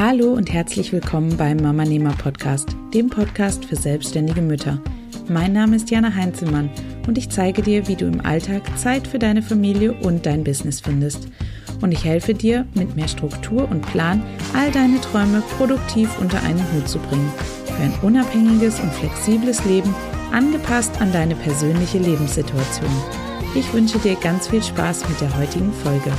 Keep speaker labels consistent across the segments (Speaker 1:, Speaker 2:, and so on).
Speaker 1: Hallo und herzlich willkommen beim Mamanehmer Podcast, dem Podcast für selbstständige Mütter. Mein Name ist Jana Heinzelmann und ich zeige dir, wie du im Alltag Zeit für deine Familie und dein Business findest. Und ich helfe dir, mit mehr Struktur und Plan all deine Träume produktiv unter einen Hut zu bringen. Für ein unabhängiges und flexibles Leben, angepasst an deine persönliche Lebenssituation. Ich wünsche dir ganz viel Spaß mit der heutigen Folge.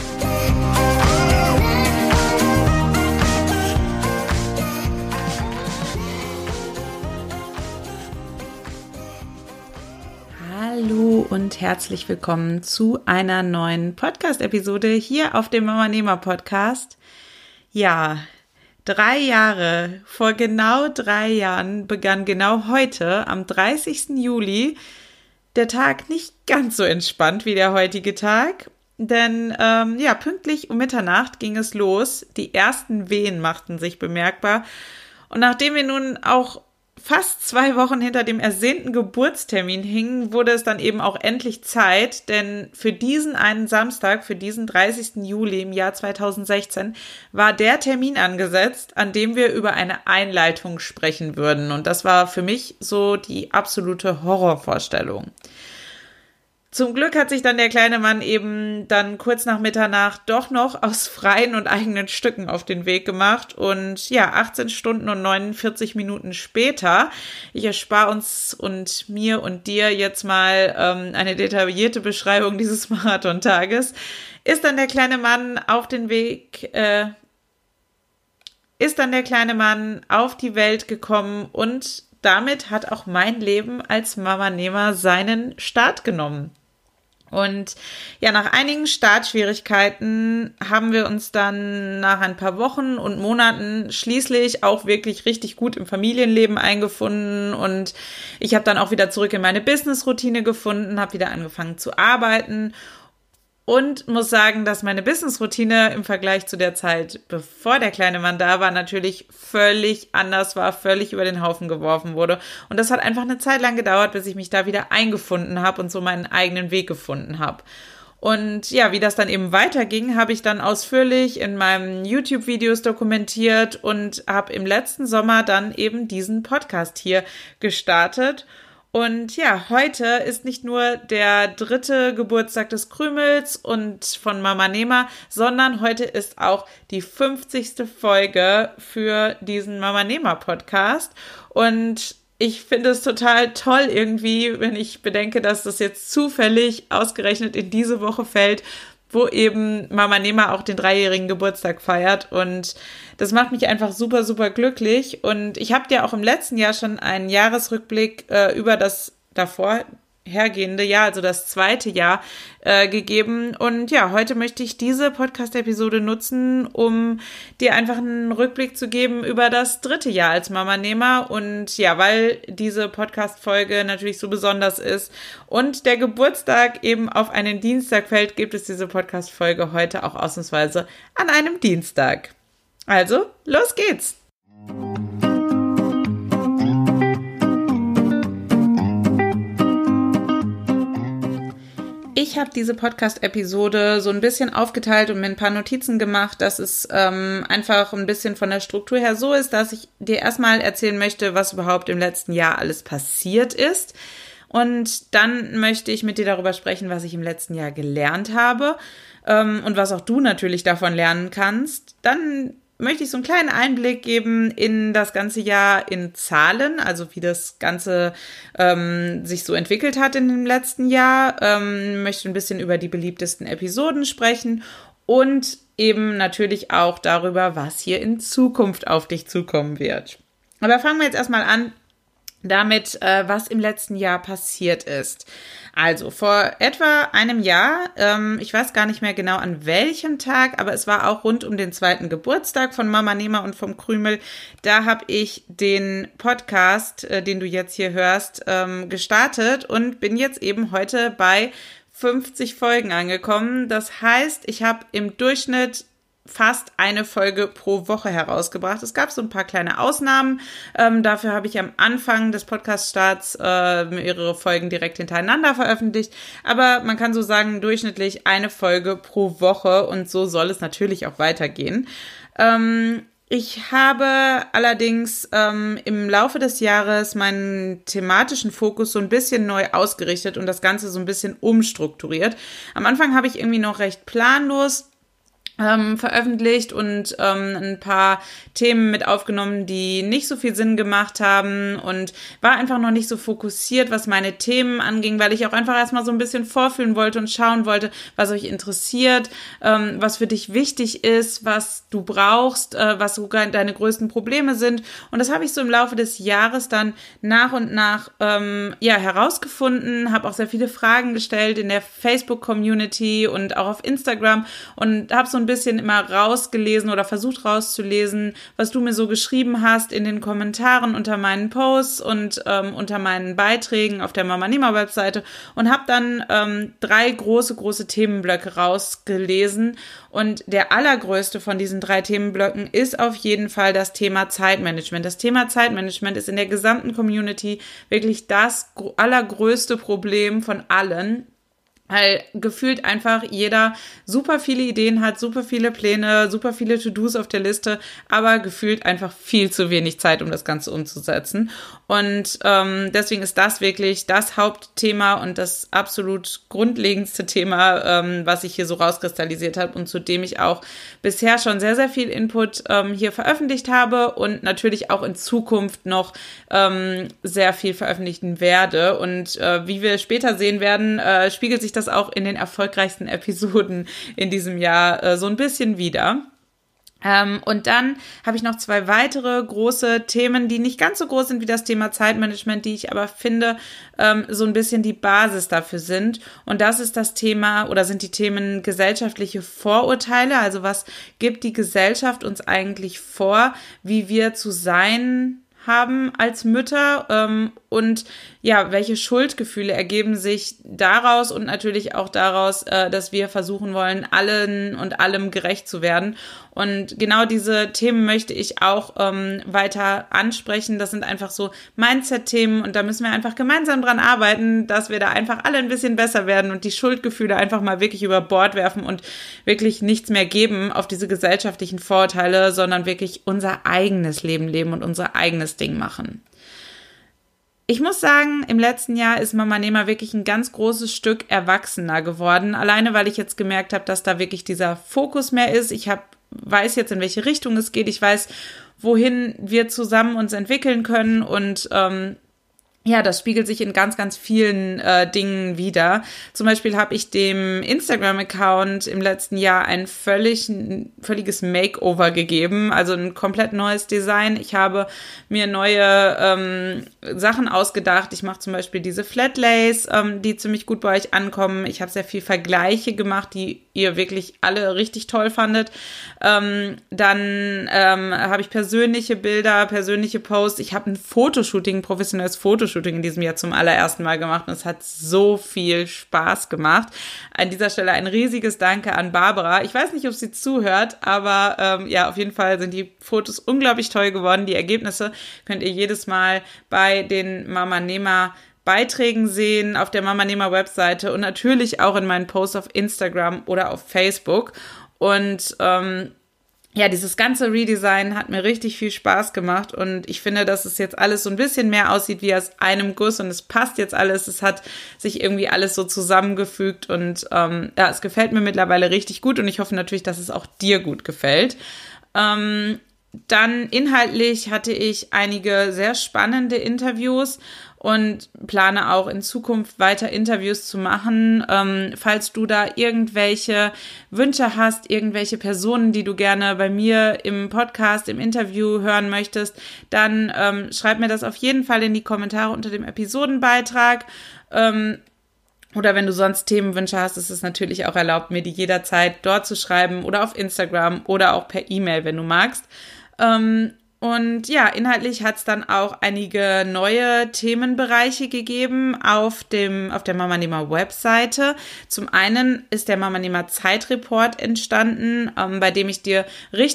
Speaker 1: Hallo und herzlich willkommen zu einer neuen Podcast-Episode hier auf dem Mamanehmer Podcast. Ja, 3 Jahre, vor genau 3 Jahren begann genau heute, am 30. Juli, der Tag nicht ganz so entspannt wie der heutige Tag. Denn pünktlich um Mitternacht ging es los. Die ersten Wehen machten sich bemerkbar. Und nachdem wir nun auch fast 2 Wochen hinter dem ersehnten Geburtstermin hingen, wurde es dann eben auch endlich Zeit, denn für diesen einen Samstag, für diesen 30. Juli im Jahr 2016, war der Termin angesetzt, an dem wir über eine Einleitung sprechen würden. Und das war für mich so die absolute Horrorvorstellung. Zum Glück hat sich dann der kleine Mann eben dann kurz nach Mitternacht doch noch aus freien und eigenen Stücken auf den Weg gemacht. Und ja, 18 Stunden und 49 Minuten später, ich erspare uns und mir und dir jetzt mal eine detaillierte Beschreibung dieses Marathontages, ist dann der kleine Mann auf den Weg, ist dann der kleine Mann auf die Welt gekommen und damit hat auch mein Leben als Mamanehmer seinen Start genommen. Und ja, nach einigen Startschwierigkeiten haben wir uns dann nach ein paar Wochen und Monaten schließlich auch wirklich richtig gut im Familienleben eingefunden und ich habe dann auch wieder zurück in meine Business-Routine gefunden, habe wieder angefangen zu arbeiten und muss sagen, dass meine Business-Routine im Vergleich zu der Zeit, bevor der kleine Mann da war, natürlich völlig anders war, völlig über den Haufen geworfen wurde. Und das hat einfach eine Zeit lang gedauert, bis ich mich da wieder eingefunden habe und so meinen eigenen Weg gefunden habe. Und ja, wie das dann eben weiterging, habe ich dann ausführlich in meinen YouTube-Videos dokumentiert und habe im letzten Sommer dann eben diesen Podcast hier gestartet. Und ja, heute ist nicht nur der 3. Geburtstag des Krümels und von Mamanehmer, sondern heute ist auch die 50. Folge für diesen Mamanehmer Podcast. Und ich finde es total toll irgendwie, wenn ich bedenke, dass das jetzt zufällig ausgerechnet in diese Woche fällt, wo eben Mamanehmer auch den 3-jährigen Geburtstag feiert und das macht mich einfach super, super glücklich und ich habe dir auch im letzten Jahr schon einen Jahresrückblick über das davorhergehende Jahr, also das 2. Jahr, gegeben und ja, heute möchte ich diese Podcast-Episode nutzen, um dir einfach einen Rückblick zu geben über das 3. Jahr als Mamanehmer und ja, weil diese Podcast-Folge natürlich so besonders ist und der Geburtstag eben auf einen Dienstag fällt, gibt es diese Podcast-Folge heute auch ausnahmsweise an einem Dienstag. Also, los geht's! Ich habe diese Podcast-Episode so ein bisschen aufgeteilt und mir ein paar Notizen gemacht, dass es einfach ein bisschen von der Struktur her so ist, dass ich dir erstmal erzählen möchte, was überhaupt im letzten Jahr alles passiert ist. Und dann möchte ich mit dir darüber sprechen, was ich im letzten Jahr gelernt habe und was auch du natürlich davon lernen kannst. Dann möchte ich so einen kleinen Einblick geben in das ganze Jahr in Zahlen, also wie das Ganze sich so entwickelt hat in dem letzten Jahr, möchte ein bisschen über die beliebtesten Episoden sprechen und eben natürlich auch darüber, was hier in Zukunft auf dich zukommen wird. Aber fangen wir jetzt erstmal an damit, was im letzten Jahr passiert ist. Also vor etwa einem Jahr, ich weiß gar nicht mehr genau an welchem Tag, aber es war auch rund um den 2. Geburtstag von Mamanehmer und vom Krümel, da habe ich den Podcast, den du jetzt hier hörst, gestartet und bin jetzt eben heute bei 50 Folgen angekommen. Das heißt, ich habe im Durchschnitt fast eine Folge pro Woche herausgebracht. Es gab so ein paar kleine Ausnahmen. Dafür habe ich am Anfang des Podcast-Starts mehrere Folgen direkt hintereinander veröffentlicht. Aber man kann so sagen, durchschnittlich eine Folge pro Woche und so soll es natürlich auch weitergehen. Ich habe allerdings im Laufe des Jahres meinen thematischen Fokus so ein bisschen neu ausgerichtet und das Ganze so ein bisschen umstrukturiert. Am Anfang habe ich irgendwie noch recht planlos veröffentlicht und ein paar Themen mit aufgenommen, die nicht so viel Sinn gemacht haben und war einfach noch nicht so fokussiert, was meine Themen anging, weil ich auch einfach erstmal so ein bisschen vorfühlen wollte und schauen wollte, was euch interessiert, was für dich wichtig ist, was du brauchst, was sogar deine größten Probleme sind. Und das habe ich so im Laufe des Jahres dann nach und nach herausgefunden, habe auch sehr viele Fragen gestellt in der Facebook-Community und auch auf Instagram und habe so ein bisschen immer rausgelesen oder versucht rauszulesen, was du mir so geschrieben hast in den Kommentaren unter meinen Posts und unter meinen Beiträgen auf der Mama Nehmer Webseite und habe dann 3 große Themenblöcke rausgelesen und der allergrößte von diesen 3 Themenblöcken ist auf jeden Fall das Thema Zeitmanagement. Das Thema Zeitmanagement ist in der gesamten Community wirklich das allergrößte Problem von allen. Weil gefühlt einfach jeder super viele Ideen hat, super viele Pläne, super viele To-Dos auf der Liste, aber gefühlt einfach viel zu wenig Zeit, um das Ganze umzusetzen. Und deswegen ist das wirklich das Hauptthema und das absolut grundlegendste Thema, was ich hier so rauskristallisiert habe und zu dem ich auch bisher schon sehr, sehr viel Input hier veröffentlicht habe und natürlich auch in Zukunft noch sehr viel veröffentlichen werde. Und wie wir später sehen werden, spiegelt sich das auch in den erfolgreichsten Episoden in diesem Jahr so ein bisschen wieder. Und dann habe ich noch 2 weitere große Themen, die nicht ganz so groß sind wie das Thema Zeitmanagement, die ich aber finde, so ein bisschen die Basis dafür sind. Und das ist das Thema oder sind die Themen gesellschaftliche Vorurteile. Also was gibt die Gesellschaft uns eigentlich vor, wie wir zu sein haben als Mütter und ja, welche Schuldgefühle ergeben sich daraus und natürlich auch daraus, dass wir versuchen wollen, allen und allem gerecht zu werden. Und genau diese Themen möchte ich auch weiter ansprechen. Das sind einfach so Mindset-Themen und da müssen wir einfach gemeinsam dran arbeiten, dass wir da einfach alle ein bisschen besser werden und die Schuldgefühle einfach mal wirklich über Bord werfen und wirklich nichts mehr geben auf diese gesellschaftlichen Vorurteile, sondern wirklich unser eigenes Leben leben und unser eigenes Ding machen. Ich muss sagen, im letzten Jahr ist Mama Nehmer wirklich ein ganz großes Stück erwachsener geworden. Alleine, weil ich jetzt gemerkt habe, dass da wirklich dieser Fokus mehr ist. Ich weiß jetzt, in welche Richtung es geht. Ich weiß, wohin wir zusammen uns entwickeln können und ja, das spiegelt sich in ganz, ganz vielen Dingen wider. Zum Beispiel habe ich dem Instagram-Account im letzten Jahr ein völliges Makeover gegeben, also ein komplett neues Design. Ich habe mir neue Sachen ausgedacht. Ich mache zum Beispiel diese Flatlays, die ziemlich gut bei euch ankommen. Ich habe sehr viel Vergleiche gemacht, die ihr wirklich alle richtig toll fandet. Dann habe ich persönliche Bilder, persönliche Posts. Ich habe ein professionelles Fotoshooting in diesem Jahr zum allerersten Mal gemacht und es hat so viel Spaß gemacht. An dieser Stelle ein riesiges Danke an Barbara. Ich weiß nicht, ob sie zuhört, aber ja, auf jeden Fall sind die Fotos unglaublich toll geworden. Die Ergebnisse könnt ihr jedes Mal bei den Mama Nehmer Beiträgen sehen auf der Mama Nehmer Webseite und natürlich auch in meinen Posts auf Instagram oder auf Facebook. Und ja, dieses ganze Redesign hat mir richtig viel Spaß gemacht und ich finde, dass es jetzt alles so ein bisschen mehr aussieht wie aus einem Guss und es passt jetzt alles. Es hat sich irgendwie alles so zusammengefügt und ja, es gefällt mir mittlerweile richtig gut und ich hoffe natürlich, dass es auch dir gut gefällt. Dann inhaltlich hatte ich einige sehr spannende Interviews und plane auch in Zukunft weiter Interviews zu machen. Falls du da irgendwelche Wünsche hast, irgendwelche Personen, die du gerne bei mir im Podcast, im Interview hören möchtest, dann schreib mir das auf jeden Fall in die Kommentare unter dem Episodenbeitrag. Oder wenn du sonst Themenwünsche hast, ist es natürlich auch erlaubt, mir die jederzeit dort zu schreiben oder auf Instagram oder auch per E-Mail, wenn du magst. Und ja, inhaltlich hat es dann auch einige neue Themenbereiche gegeben auf der Mama Nehmer Webseite. Zum einen ist der Mama Nehmer Zeitreport entstanden, bei dem ich dir richtig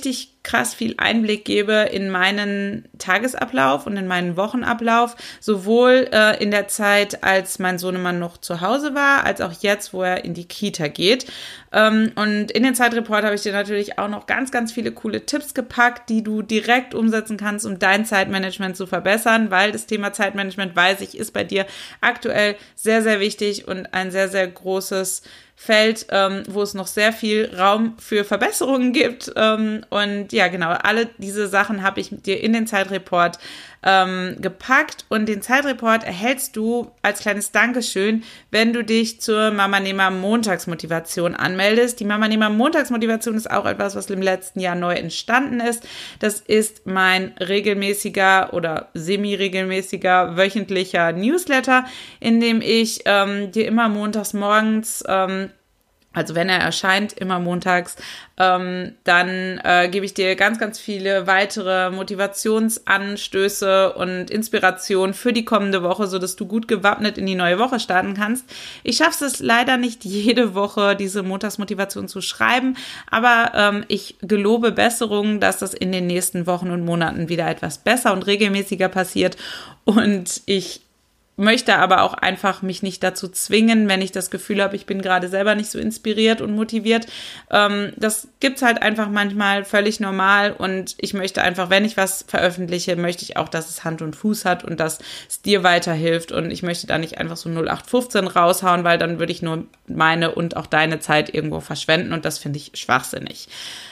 Speaker 1: krass viel Einblick gebe in meinen Tagesablauf und in meinen Wochenablauf, sowohl in der Zeit, als mein Sohnemann noch zu Hause war, als auch jetzt, wo er in die Kita geht. Und in den Zeitreport habe ich dir natürlich auch noch ganz, ganz viele coole Tipps gepackt, die du direkt umsetzen kannst, um dein Zeitmanagement zu verbessern, weil das Thema Zeitmanagement, weiß ich, ist bei dir aktuell sehr, sehr wichtig und ein sehr, sehr großes Feld, wo es noch sehr viel Raum für Verbesserungen gibt. Und ja, genau, alle diese Sachen habe ich dir in den Zeitreport gepackt. Und den Zeitreport erhältst du als kleines Dankeschön, wenn du dich zur Mama-Nehmer Montagsmotivation anmeldest. Die Mama-Nehmer Montagsmotivation ist auch etwas, was im letzten Jahr neu entstanden ist. Das ist mein regelmäßiger oder semi-regelmäßiger wöchentlicher Newsletter, in dem ich dir immer montags morgens, also wenn er erscheint, immer montags, dann gebe ich dir ganz, ganz viele weitere Motivationsanstöße und Inspiration für die kommende Woche, sodass du gut gewappnet in die neue Woche starten kannst. Ich schaffe es leider nicht jede Woche, diese Montagsmotivation zu schreiben, aber ich gelobe Besserung, dass das in den nächsten Wochen und Monaten wieder etwas besser und regelmäßiger passiert. Und ich möchte aber auch einfach mich nicht dazu zwingen, wenn ich das Gefühl habe, ich bin gerade selber nicht so inspiriert und motiviert. Das gibt's halt einfach manchmal, völlig normal, und ich möchte einfach, wenn ich was veröffentliche, möchte ich auch, dass es Hand und Fuß hat und dass es dir weiterhilft, und ich möchte da nicht einfach so 0815 raushauen, weil dann würde ich nur meine und auch deine Zeit irgendwo verschwenden, und das finde ich schwachsinnig.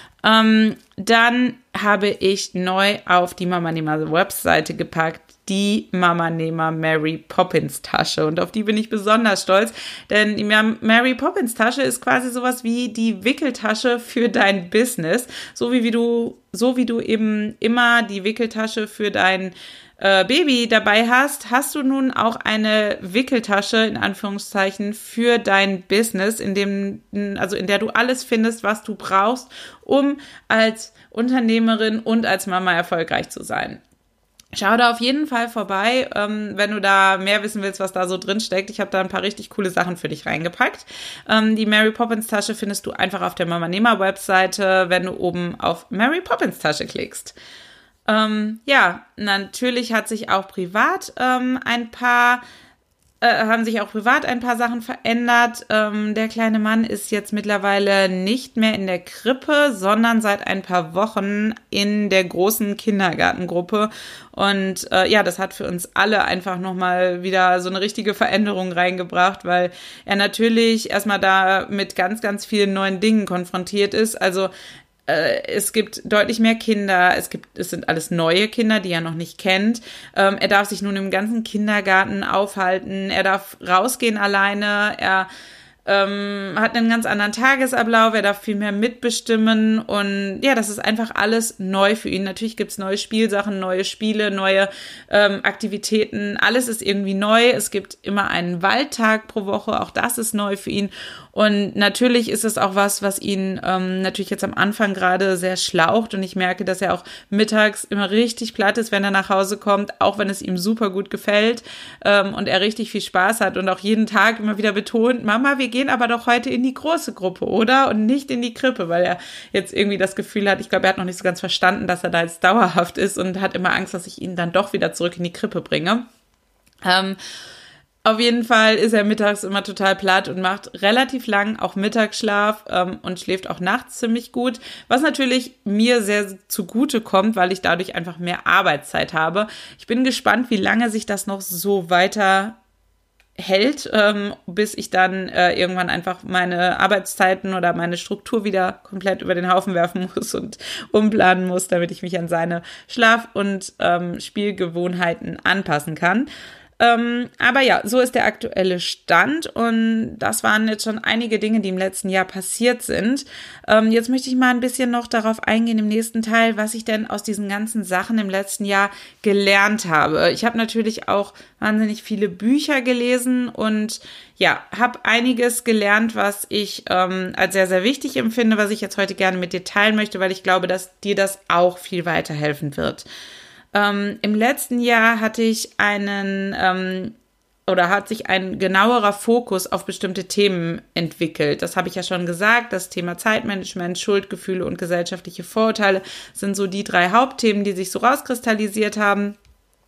Speaker 1: Dann habe ich neu auf die Mama-Nehmer Webseite gepackt die Mama-Nehmer Mary Poppins Tasche, und auf die bin ich besonders stolz, denn die Mary Poppins Tasche ist quasi sowas wie die Wickeltasche für dein Business, so wie du eben immer die Wickeltasche für dein Baby dabei hast du nun auch eine Wickeltasche, in Anführungszeichen, für dein Business, in der du alles findest, was du brauchst, um als Unternehmerin und als Mama erfolgreich zu sein. Schau da auf jeden Fall vorbei, wenn du da mehr wissen willst, was da so drin steckt. Ich habe da ein paar richtig coole Sachen für dich reingepackt. Die Mary Poppins Tasche findest du einfach auf der Mama-Nehmer Webseite, wenn du oben auf Mary Poppins Tasche klickst. Ja, natürlich haben sich auch privat ein paar Sachen verändert. Der kleine Mann ist jetzt mittlerweile nicht mehr in der Krippe, sondern seit ein paar Wochen in der großen Kindergartengruppe. Und das hat für uns alle einfach nochmal wieder so eine richtige Veränderung reingebracht, weil er natürlich erstmal da mit ganz, ganz vielen neuen Dingen konfrontiert ist. Also es gibt deutlich mehr Kinder, es sind alles neue Kinder, die er noch nicht kennt. Er darf sich nun im ganzen Kindergarten aufhalten, er darf rausgehen alleine, er hat einen ganz anderen Tagesablauf, er darf viel mehr mitbestimmen, und ja, das ist einfach alles neu für ihn. Natürlich gibt's neue Spielsachen, neue Spiele, neue Aktivitäten, alles ist irgendwie neu. Es gibt immer einen Waldtag pro Woche, auch das ist neu für ihn. Und natürlich ist es auch was ihn natürlich jetzt am Anfang gerade sehr schlaucht, und ich merke, dass er auch mittags immer richtig platt ist, wenn er nach Hause kommt, auch wenn es ihm super gut gefällt und er richtig viel Spaß hat und auch jeden Tag immer wieder betont, Mama, wir gehen aber doch heute in die große Gruppe, oder? Und nicht in die Krippe, weil er jetzt irgendwie das Gefühl hat, ich glaube, er hat noch nicht so ganz verstanden, dass er da jetzt dauerhaft ist, und hat immer Angst, dass ich ihn dann doch wieder zurück in die Krippe bringe. Auf jeden Fall ist er mittags immer total platt und macht relativ lang auch Mittagsschlaf und schläft auch nachts ziemlich gut, was natürlich mir sehr zugute kommt, weil ich dadurch einfach mehr Arbeitszeit habe. Ich bin gespannt, wie lange sich das noch so weiter hält, bis ich dann irgendwann einfach meine Arbeitszeiten oder meine Struktur wieder komplett über den Haufen werfen muss und umplanen muss, damit ich mich an seine Schlaf- und Spielgewohnheiten anpassen kann. Aber ja, so ist der aktuelle Stand, und das waren jetzt schon einige Dinge, die im letzten Jahr passiert sind. Jetzt möchte ich mal ein bisschen noch darauf eingehen im nächsten Teil, was ich denn aus diesen ganzen Sachen im letzten Jahr gelernt habe. Ich habe natürlich auch wahnsinnig viele Bücher gelesen und ja, habe einiges gelernt, was ich als sehr, sehr wichtig empfinde, was ich jetzt heute gerne mit dir teilen möchte, weil ich glaube, dass dir das auch viel weiterhelfen wird. Im letzten Jahr hatte ich einen oder hat sich ein genauerer Fokus auf bestimmte Themen entwickelt. Das habe ich ja schon gesagt. Das Thema Zeitmanagement, Schuldgefühle und gesellschaftliche Vorurteile sind so die 3 Hauptthemen, die sich so rauskristallisiert haben.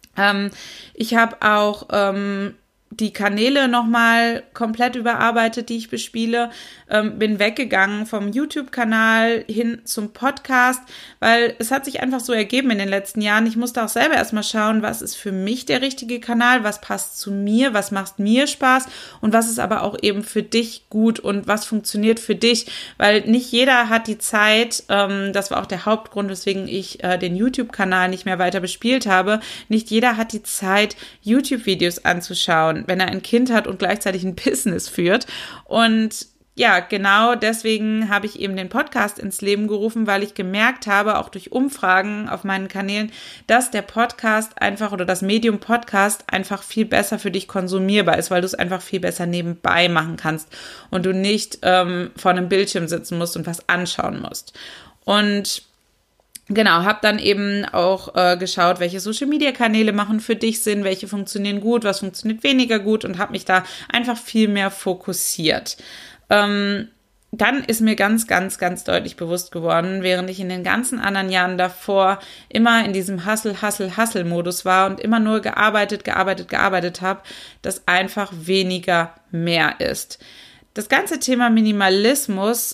Speaker 1: Ich habe auch die Kanäle nochmal komplett überarbeitet, die ich bespiele, bin weggegangen vom YouTube-Kanal hin zum Podcast, weil es hat sich einfach so ergeben in den letzten Jahren. Ich musste auch selber erstmal schauen, was ist für mich der richtige Kanal, was passt zu mir, was macht mir Spaß und was ist aber auch eben für dich gut und was funktioniert für dich, weil nicht jeder hat die Zeit, das war auch der Hauptgrund, weswegen ich den YouTube-Kanal nicht mehr weiter bespielt habe, nicht jeder hat die Zeit, YouTube-Videos anzuschauen, wenn er ein Kind hat und gleichzeitig ein Business führt. Und ja, genau deswegen habe ich eben den Podcast ins Leben gerufen, weil ich gemerkt habe, auch durch Umfragen auf meinen Kanälen, dass der Podcast einfach oder das Medium Podcast einfach viel besser für dich konsumierbar ist, weil du es einfach viel besser nebenbei machen kannst und du nicht vor einem Bildschirm sitzen musst und was anschauen musst. Und genau, habe dann eben auch geschaut, welche Social-Media-Kanäle machen für dich Sinn, welche funktionieren gut, was funktioniert weniger gut und habe mich da einfach viel mehr fokussiert. Dann ist mir ganz, ganz, ganz deutlich bewusst geworden, während ich in den ganzen anderen Jahren davor immer in diesem Hustle-Modus war und immer nur gearbeitet habe, dass einfach weniger mehr ist. Das ganze Thema Minimalismus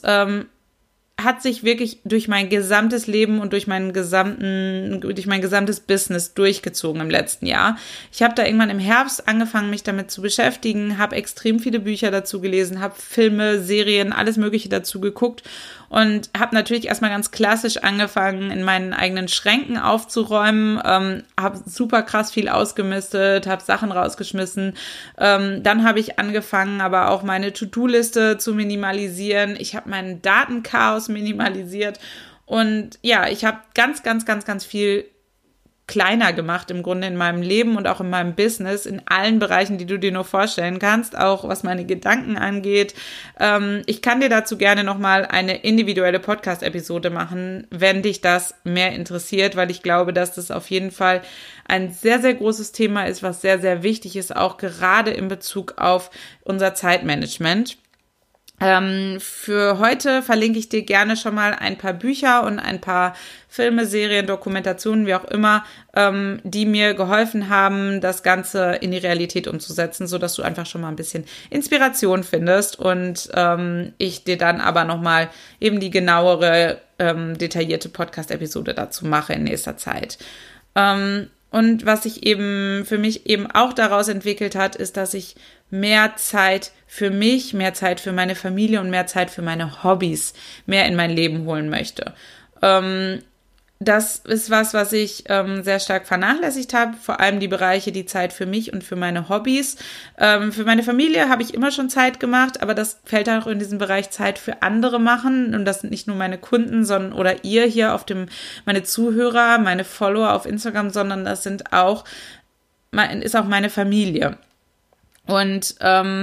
Speaker 1: hat sich wirklich durch mein gesamtes Leben und durch mein gesamtes Business durchgezogen im letzten Jahr. Ich habe da irgendwann im Herbst angefangen, mich damit zu beschäftigen, habe extrem viele Bücher dazu gelesen, habe Filme, Serien, alles Mögliche dazu geguckt und habe natürlich erstmal ganz klassisch angefangen, in meinen eigenen Schränken aufzuräumen, habe super krass viel ausgemistet, habe Sachen rausgeschmissen. Dann habe ich angefangen, aber auch meine To-Do-Liste zu minimalisieren. Ich habe meinen Datenchaos minimalisiert und ja, ich habe ganz, ganz, ganz, ganz viel kleiner gemacht im Grunde in meinem Leben und auch in meinem Business, in allen Bereichen, die du dir nur vorstellen kannst, auch was meine Gedanken angeht. Ich kann dir dazu gerne nochmal eine individuelle Podcast-Episode machen, wenn dich das mehr interessiert, weil ich glaube, dass das auf jeden Fall ein sehr, sehr großes Thema ist, was sehr, sehr wichtig ist, auch gerade in Bezug auf unser Zeitmanagement. Für heute verlinke ich dir gerne schon mal ein paar Bücher und ein paar Filme, Serien, Dokumentationen, wie auch immer, die mir geholfen haben, das Ganze in die Realität umzusetzen, sodass du einfach schon mal ein bisschen Inspiration findest und ich dir dann aber nochmal eben die genauere, detaillierte Podcast-Episode dazu mache in nächster Zeit. Und was sich eben für mich eben auch daraus entwickelt hat, ist, dass ich mehr Zeit für mich, mehr Zeit für meine Familie und mehr Zeit für meine Hobbys mehr in mein Leben holen möchte. Das ist was ich sehr stark vernachlässigt habe, vor allem die Bereiche, die Zeit für mich und für meine Hobbys. Für meine Familie habe ich immer schon Zeit gemacht, aber das fällt auch in diesem Bereich Zeit für andere machen und das sind nicht nur meine Kunden, sondern oder ihr hier auf meine Zuhörer, meine Follower auf Instagram, sondern das ist auch meine Familie. Und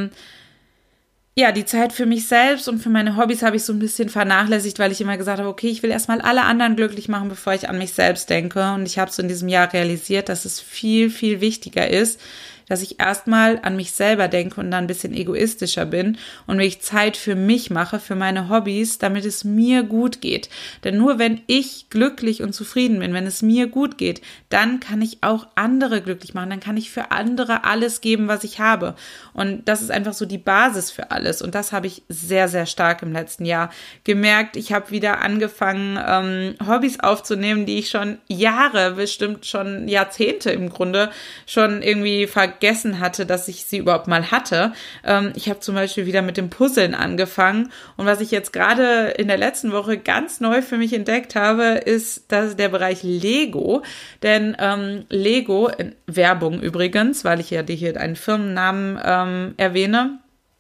Speaker 1: ja, die Zeit für mich selbst und für meine Hobbys habe ich so ein bisschen vernachlässigt, weil ich immer gesagt habe, okay, ich will erstmal alle anderen glücklich machen, bevor ich an mich selbst denke. Und ich habe so in diesem Jahr realisiert, dass es viel, viel wichtiger ist, dass ich erstmal an mich selber denke und dann ein bisschen egoistischer bin und wenn ich Zeit für mich mache, für meine Hobbys, damit es mir gut geht. Denn nur wenn ich glücklich und zufrieden bin, wenn es mir gut geht, dann kann ich auch andere glücklich machen, dann kann ich für andere alles geben, was ich habe. Und das ist einfach so die Basis für alles. Und das habe ich sehr, sehr stark im letzten Jahr gemerkt. Ich habe wieder angefangen, Hobbys aufzunehmen, die ich schon Jahre, bestimmt schon Jahrzehnte im Grunde schon irgendwie vergessen hatte, dass ich sie überhaupt mal hatte. Ich habe zum Beispiel wieder mit dem Puzzeln angefangen und was ich jetzt gerade in der letzten Woche ganz neu für mich entdeckt habe, ist der Bereich Lego, denn Lego, Werbung übrigens, weil ich ja hier einen Firmennamen erwähne,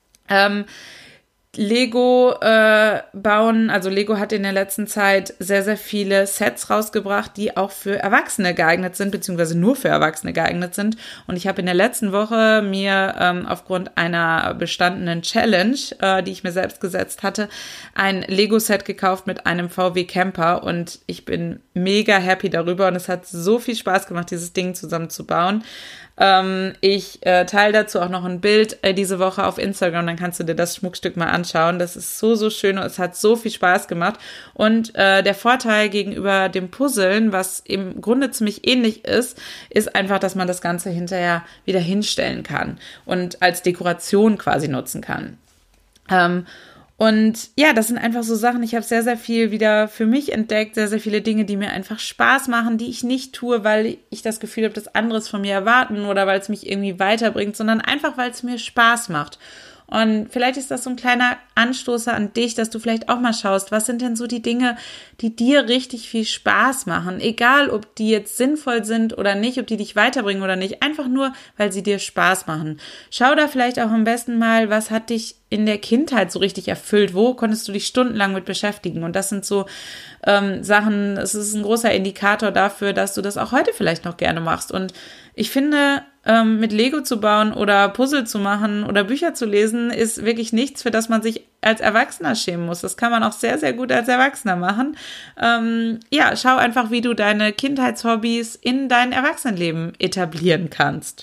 Speaker 1: Lego bauen, also Lego hat in der letzten Zeit sehr, sehr viele Sets rausgebracht, die auch für Erwachsene geeignet sind, beziehungsweise nur für Erwachsene geeignet sind. Und ich habe in der letzten Woche mir aufgrund einer bestandenen Challenge, die ich mir selbst gesetzt hatte, ein Lego-Set gekauft mit einem VW Camper und ich bin mega happy darüber und es hat so viel Spaß gemacht, dieses Ding zusammenzubauen. Ich teile dazu auch noch ein Bild diese Woche auf Instagram, dann kannst du dir das Schmuckstück mal anschauen. Das ist so, so schön und es hat so viel Spaß gemacht. Und der Vorteil gegenüber dem Puzzeln, was im Grunde ziemlich ähnlich ist einfach, dass man das Ganze hinterher wieder hinstellen kann und als Dekoration quasi nutzen kann. Und ja, das sind einfach so Sachen, ich habe sehr, sehr viel wieder für mich entdeckt, sehr, sehr viele Dinge, die mir einfach Spaß machen, die ich nicht tue, weil ich das Gefühl habe, dass andere es von mir erwarten oder weil es mich irgendwie weiterbringt, sondern einfach, weil es mir Spaß macht. Und vielleicht ist das so ein kleiner Anstoßer an dich, dass du vielleicht auch mal schaust, was sind denn so die Dinge, die dir richtig viel Spaß machen, egal ob die jetzt sinnvoll sind oder nicht, ob die dich weiterbringen oder nicht, einfach nur, weil sie dir Spaß machen. Schau da vielleicht auch am besten mal, was hat dich in der Kindheit so richtig erfüllt, wo konntest du dich stundenlang mit beschäftigen und das sind so Sachen, es ist ein großer Indikator dafür, dass du das auch heute vielleicht noch gerne machst und ich finde, mit Lego zu bauen oder Puzzle zu machen oder Bücher zu lesen, ist wirklich nichts, für das man sich als Erwachsener schämen muss. Das kann man auch sehr, sehr gut als Erwachsener machen. Ja, schau einfach, wie du deine Kindheitshobbys in dein Erwachsenenleben etablieren kannst.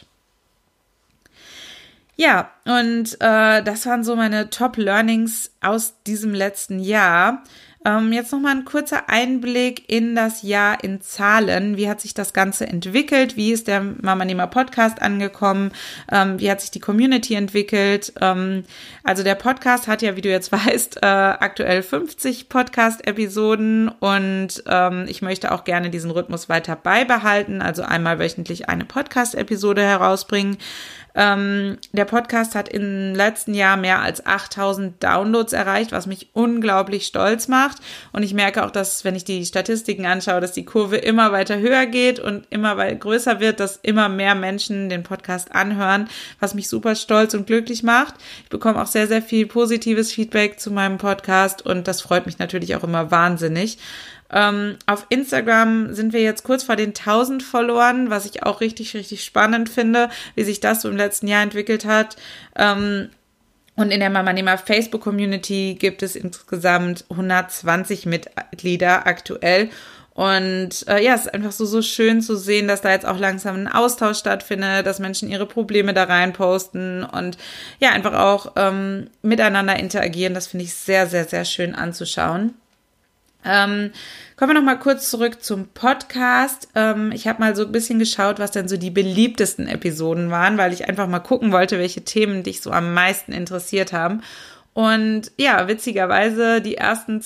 Speaker 1: Ja, und das waren so meine Top-Learnings aus diesem letzten Jahr. Jetzt nochmal ein kurzer Einblick in das Jahr in Zahlen. Wie hat sich das Ganze entwickelt? Wie ist der Mamanehmer Podcast angekommen? Wie hat sich die Community entwickelt? Also der Podcast hat ja, wie du jetzt weißt, aktuell 50 Podcast-Episoden und ich möchte auch gerne diesen Rhythmus weiter beibehalten, also einmal wöchentlich eine Podcast-Episode herausbringen. Der Podcast hat im letzten Jahr mehr als 8000 Downloads erreicht, was mich unglaublich stolz macht. Und ich merke auch, dass, wenn ich die Statistiken anschaue, dass die Kurve immer weiter höher geht und immer größer wird, dass immer mehr Menschen den Podcast anhören, was mich super stolz und glücklich macht. Ich bekomme auch sehr, sehr viel positives Feedback zu meinem Podcast und das freut mich natürlich auch immer wahnsinnig. Auf Instagram sind wir jetzt kurz vor den 1000 Followern, was ich auch richtig, richtig spannend finde, wie sich das so im letzten Jahr entwickelt hat. Und in der Mamanehmer Facebook-Community gibt es insgesamt 120 Mitglieder aktuell. Und ja, es ist einfach so schön zu sehen, dass da jetzt auch langsam ein Austausch stattfindet, dass Menschen ihre Probleme da rein posten und ja, einfach auch miteinander interagieren. Das finde ich sehr, sehr, sehr schön anzuschauen. Kommen wir noch mal kurz zurück zum Podcast. Ich habe mal so ein bisschen geschaut, was denn so die beliebtesten Episoden waren, weil ich einfach mal gucken wollte, welche Themen dich so am meisten interessiert haben. Und ja, witzigerweise, die ersten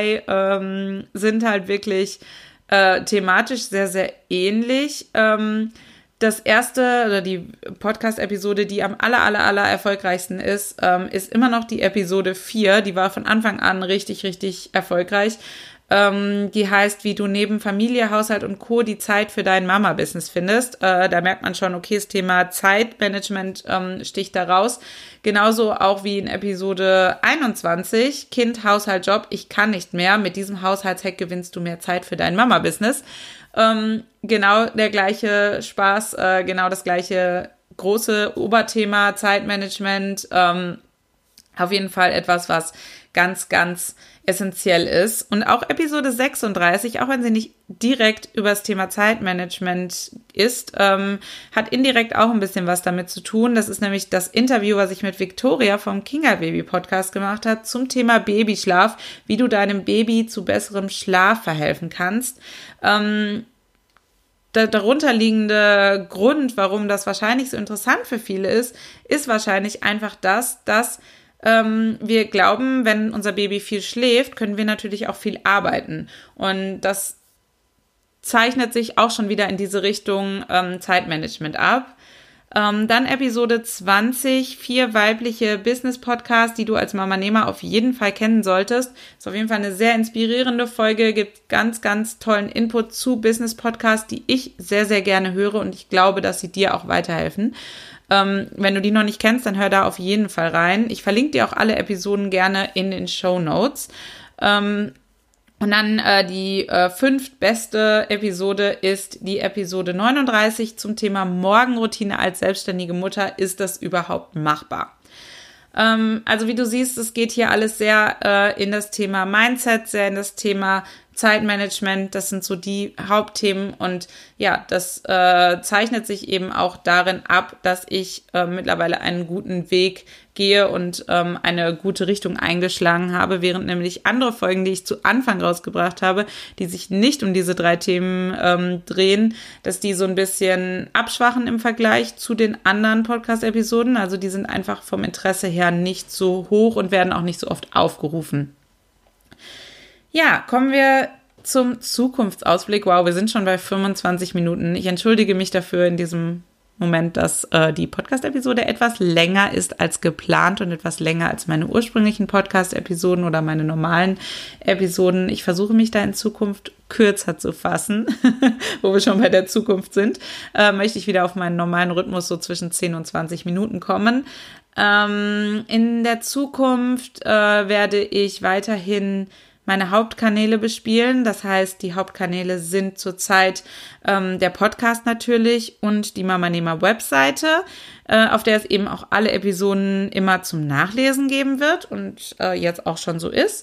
Speaker 1: 2 sind halt wirklich thematisch sehr, sehr ähnlich. Das erste oder die Podcast-Episode, die am aller erfolgreichsten ist immer noch die Episode 4. Die war von Anfang an richtig, richtig erfolgreich. Die heißt, wie du neben Familie, Haushalt und Co. die Zeit für dein Mama-Business findest. Da merkt man schon, okay, das Thema Zeitmanagement sticht da raus. Genauso auch wie in Episode 21, Kind, Haushalt, Job, ich kann nicht mehr. Mit diesem Haushaltshack gewinnst du mehr Zeit für dein Mama-Business. Genau der gleiche Spaß, genau das gleiche große Oberthema Zeitmanagement. Auf jeden Fall etwas, was ganz, ganz essentiell ist. Und auch Episode 36, auch wenn sie nicht direkt über das Thema Zeitmanagement ist, hat indirekt auch ein bisschen was damit zu tun. Das ist nämlich das Interview, was ich mit Victoria vom Kinga Baby Podcast gemacht habe zum Thema Babyschlaf, wie du deinem Baby zu besserem Schlaf verhelfen kannst. Der darunterliegende Grund, warum das wahrscheinlich so interessant für viele ist wahrscheinlich einfach das, dass wir glauben, wenn unser Baby viel schläft, können wir natürlich auch viel arbeiten. Und das zeichnet sich auch schon wieder in diese Richtung Zeitmanagement ab. Dann Episode 20, 4 weibliche Business-Podcasts, die du als Mamanehmer auf jeden Fall kennen solltest. Ist auf jeden Fall eine sehr inspirierende Folge, gibt ganz, ganz tollen Input zu Business-Podcasts, die ich sehr, sehr gerne höre und ich glaube, dass sie dir auch weiterhelfen. Wenn du die noch nicht kennst, dann hör da auf jeden Fall rein. Ich verlinke dir auch alle Episoden gerne in den Shownotes. Und dann die 5. beste Episode ist die Episode 39 zum Thema Morgenroutine als selbstständige Mutter. Ist das überhaupt machbar? Also wie du siehst, es geht hier alles sehr in das Thema Mindset, sehr in das Thema Zeitmanagement, das sind so die Hauptthemen und ja, das zeichnet sich eben auch darin ab, dass ich mittlerweile einen guten Weg gehe und eine gute Richtung eingeschlagen habe, während nämlich andere Folgen, die ich zu Anfang rausgebracht habe, die sich nicht um diese 3 Themen drehen, dass die so ein bisschen abschwachen im Vergleich zu den anderen Podcast-Episoden. Also die sind einfach vom Interesse her nicht so hoch und werden auch nicht so oft aufgerufen. Ja, kommen wir zum Zukunftsausblick. Wow, wir sind schon bei 25 Minuten. Ich entschuldige mich dafür in diesem Moment, dass die Podcast-Episode etwas länger ist als geplant und etwas länger als meine ursprünglichen Podcast-Episoden oder meine normalen Episoden. Ich versuche mich da in Zukunft kürzer zu fassen, wo wir schon bei der Zukunft sind. Möchte ich wieder auf meinen normalen Rhythmus so zwischen 10 und 20 Minuten kommen. In der Zukunft werde ich weiterhin meine Hauptkanäle bespielen. Das heißt, die Hauptkanäle sind zurzeit der Podcast natürlich und die Mamanehmer-Webseite, auf der es eben auch alle Episoden immer zum Nachlesen geben wird und jetzt auch schon so ist.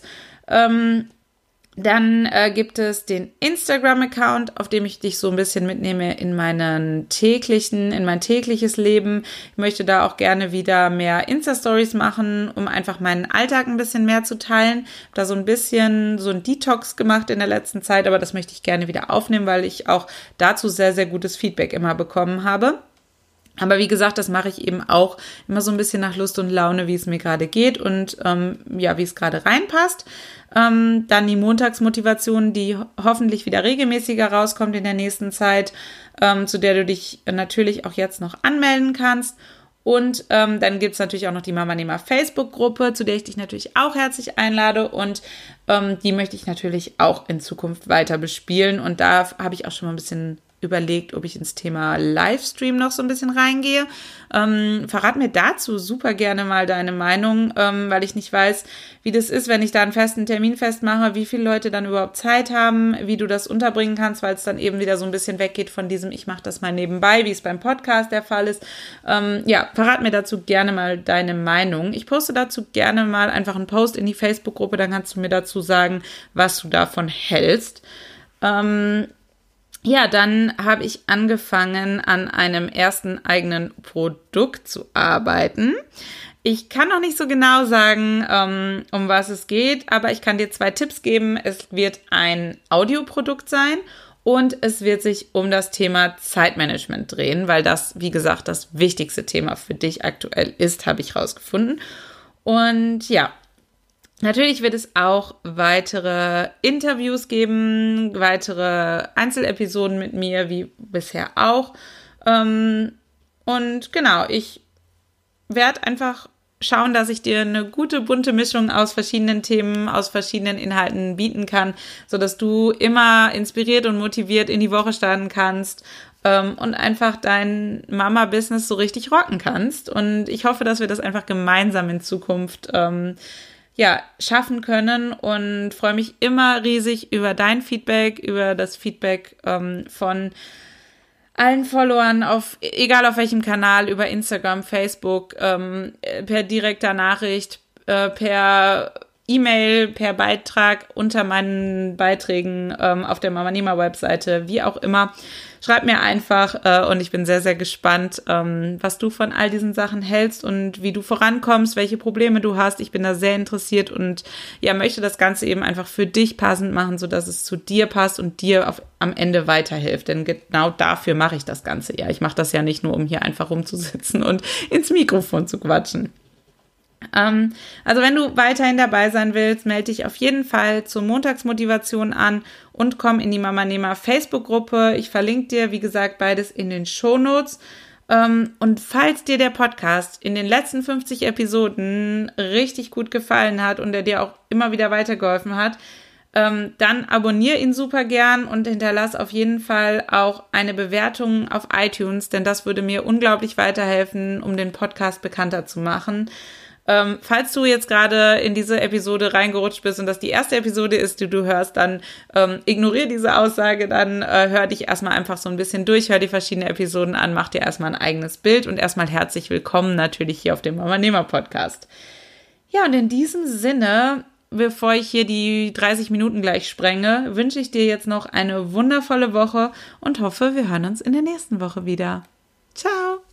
Speaker 1: Dann gibt es den Instagram-Account, auf dem ich dich so ein bisschen mitnehme in mein tägliches Leben. Ich möchte da auch gerne wieder mehr Insta-Stories machen, um einfach meinen Alltag ein bisschen mehr zu teilen. Ich habe da so ein bisschen so ein Detox gemacht in der letzten Zeit, aber das möchte ich gerne wieder aufnehmen, weil ich auch dazu sehr, sehr gutes Feedback immer bekommen habe. Aber wie gesagt, das mache ich eben auch immer so ein bisschen nach Lust und Laune, wie es mir gerade geht und wie es gerade reinpasst. Dann die Montagsmotivation, die hoffentlich wieder regelmäßiger rauskommt in der nächsten Zeit, zu der du dich natürlich auch jetzt noch anmelden kannst. Und dann gibt's natürlich auch noch die Mamanehmer Facebook-Gruppe, zu der ich dich natürlich auch herzlich einlade. Und die möchte ich natürlich auch in Zukunft weiter bespielen. Und da habe ich auch schon mal ein bisschen überlegt, ob ich ins Thema Livestream noch so ein bisschen reingehe. Verrat mir dazu super gerne mal deine Meinung, weil ich nicht weiß, wie das ist, wenn ich da einen festen Termin festmache, wie viele Leute dann überhaupt Zeit haben, wie du das unterbringen kannst, weil es dann eben wieder so ein bisschen weggeht von diesem, ich mache das mal nebenbei, wie es beim Podcast der Fall ist. Verrat mir dazu gerne mal deine Meinung. Ich poste dazu gerne mal einfach einen Post in die Facebook-Gruppe, dann kannst du mir dazu sagen, was du davon hältst. Dann habe ich angefangen, an einem ersten eigenen Produkt zu arbeiten. Ich kann noch nicht so genau sagen, um was es geht, aber ich kann dir 2 Tipps geben. Es wird ein Audioprodukt sein und es wird sich um das Thema Zeitmanagement drehen, weil das, wie gesagt, das wichtigste Thema für dich aktuell ist, habe ich rausgefunden. Und ja, natürlich wird es auch weitere Interviews geben, weitere Einzelepisoden mit mir, wie bisher auch. Und genau, ich werde einfach schauen, dass ich dir eine gute, bunte Mischung aus verschiedenen Themen, aus verschiedenen Inhalten bieten kann, sodass du immer inspiriert und motiviert in die Woche starten kannst und einfach dein Mama-Business so richtig rocken kannst. Und ich hoffe, dass wir das einfach gemeinsam in Zukunft schaffen können und freue mich immer riesig über dein Feedback, über das Feedback von allen Followern, egal auf welchem Kanal, über Instagram, Facebook, per direkter Nachricht, per E-Mail, per Beitrag unter meinen Beiträgen auf der Mamanehmer-Webseite, wie auch immer. Schreib mir einfach und ich bin sehr, sehr gespannt, was du von all diesen Sachen hältst und wie du vorankommst, welche Probleme du hast. Ich bin da sehr interessiert und möchte das Ganze eben einfach für dich passend machen, sodass es zu dir passt und dir am Ende weiterhilft. Denn genau dafür mache ich das Ganze ja. Ich mache das ja nicht nur, um hier einfach rumzusitzen und ins Mikrofon zu quatschen. Also wenn du weiterhin dabei sein willst, melde dich auf jeden Fall zur Montagsmotivation an und komm in die Mamanehmer Facebook-Gruppe. Ich verlinke dir, wie gesagt, beides in den Shownotes. Und falls dir der Podcast in den letzten 50 Episoden richtig gut gefallen hat und er dir auch immer wieder weitergeholfen hat, dann abonniere ihn super gern und hinterlass auf jeden Fall auch eine Bewertung auf iTunes, denn das würde mir unglaublich weiterhelfen, um den Podcast bekannter zu machen. Falls du jetzt gerade in diese Episode reingerutscht bist und das die erste Episode ist, die du hörst, dann ignoriere diese Aussage, dann hör dich erstmal einfach so ein bisschen durch, hör die verschiedenen Episoden an, mach dir erstmal ein eigenes Bild und erstmal herzlich willkommen natürlich hier auf dem Mamanehmer Podcast. Ja, und in diesem Sinne bevor ich hier die 30 Minuten gleich sprenge, wünsche ich dir jetzt noch eine wundervolle Woche und hoffe, wir hören uns in der nächsten Woche wieder. Ciao!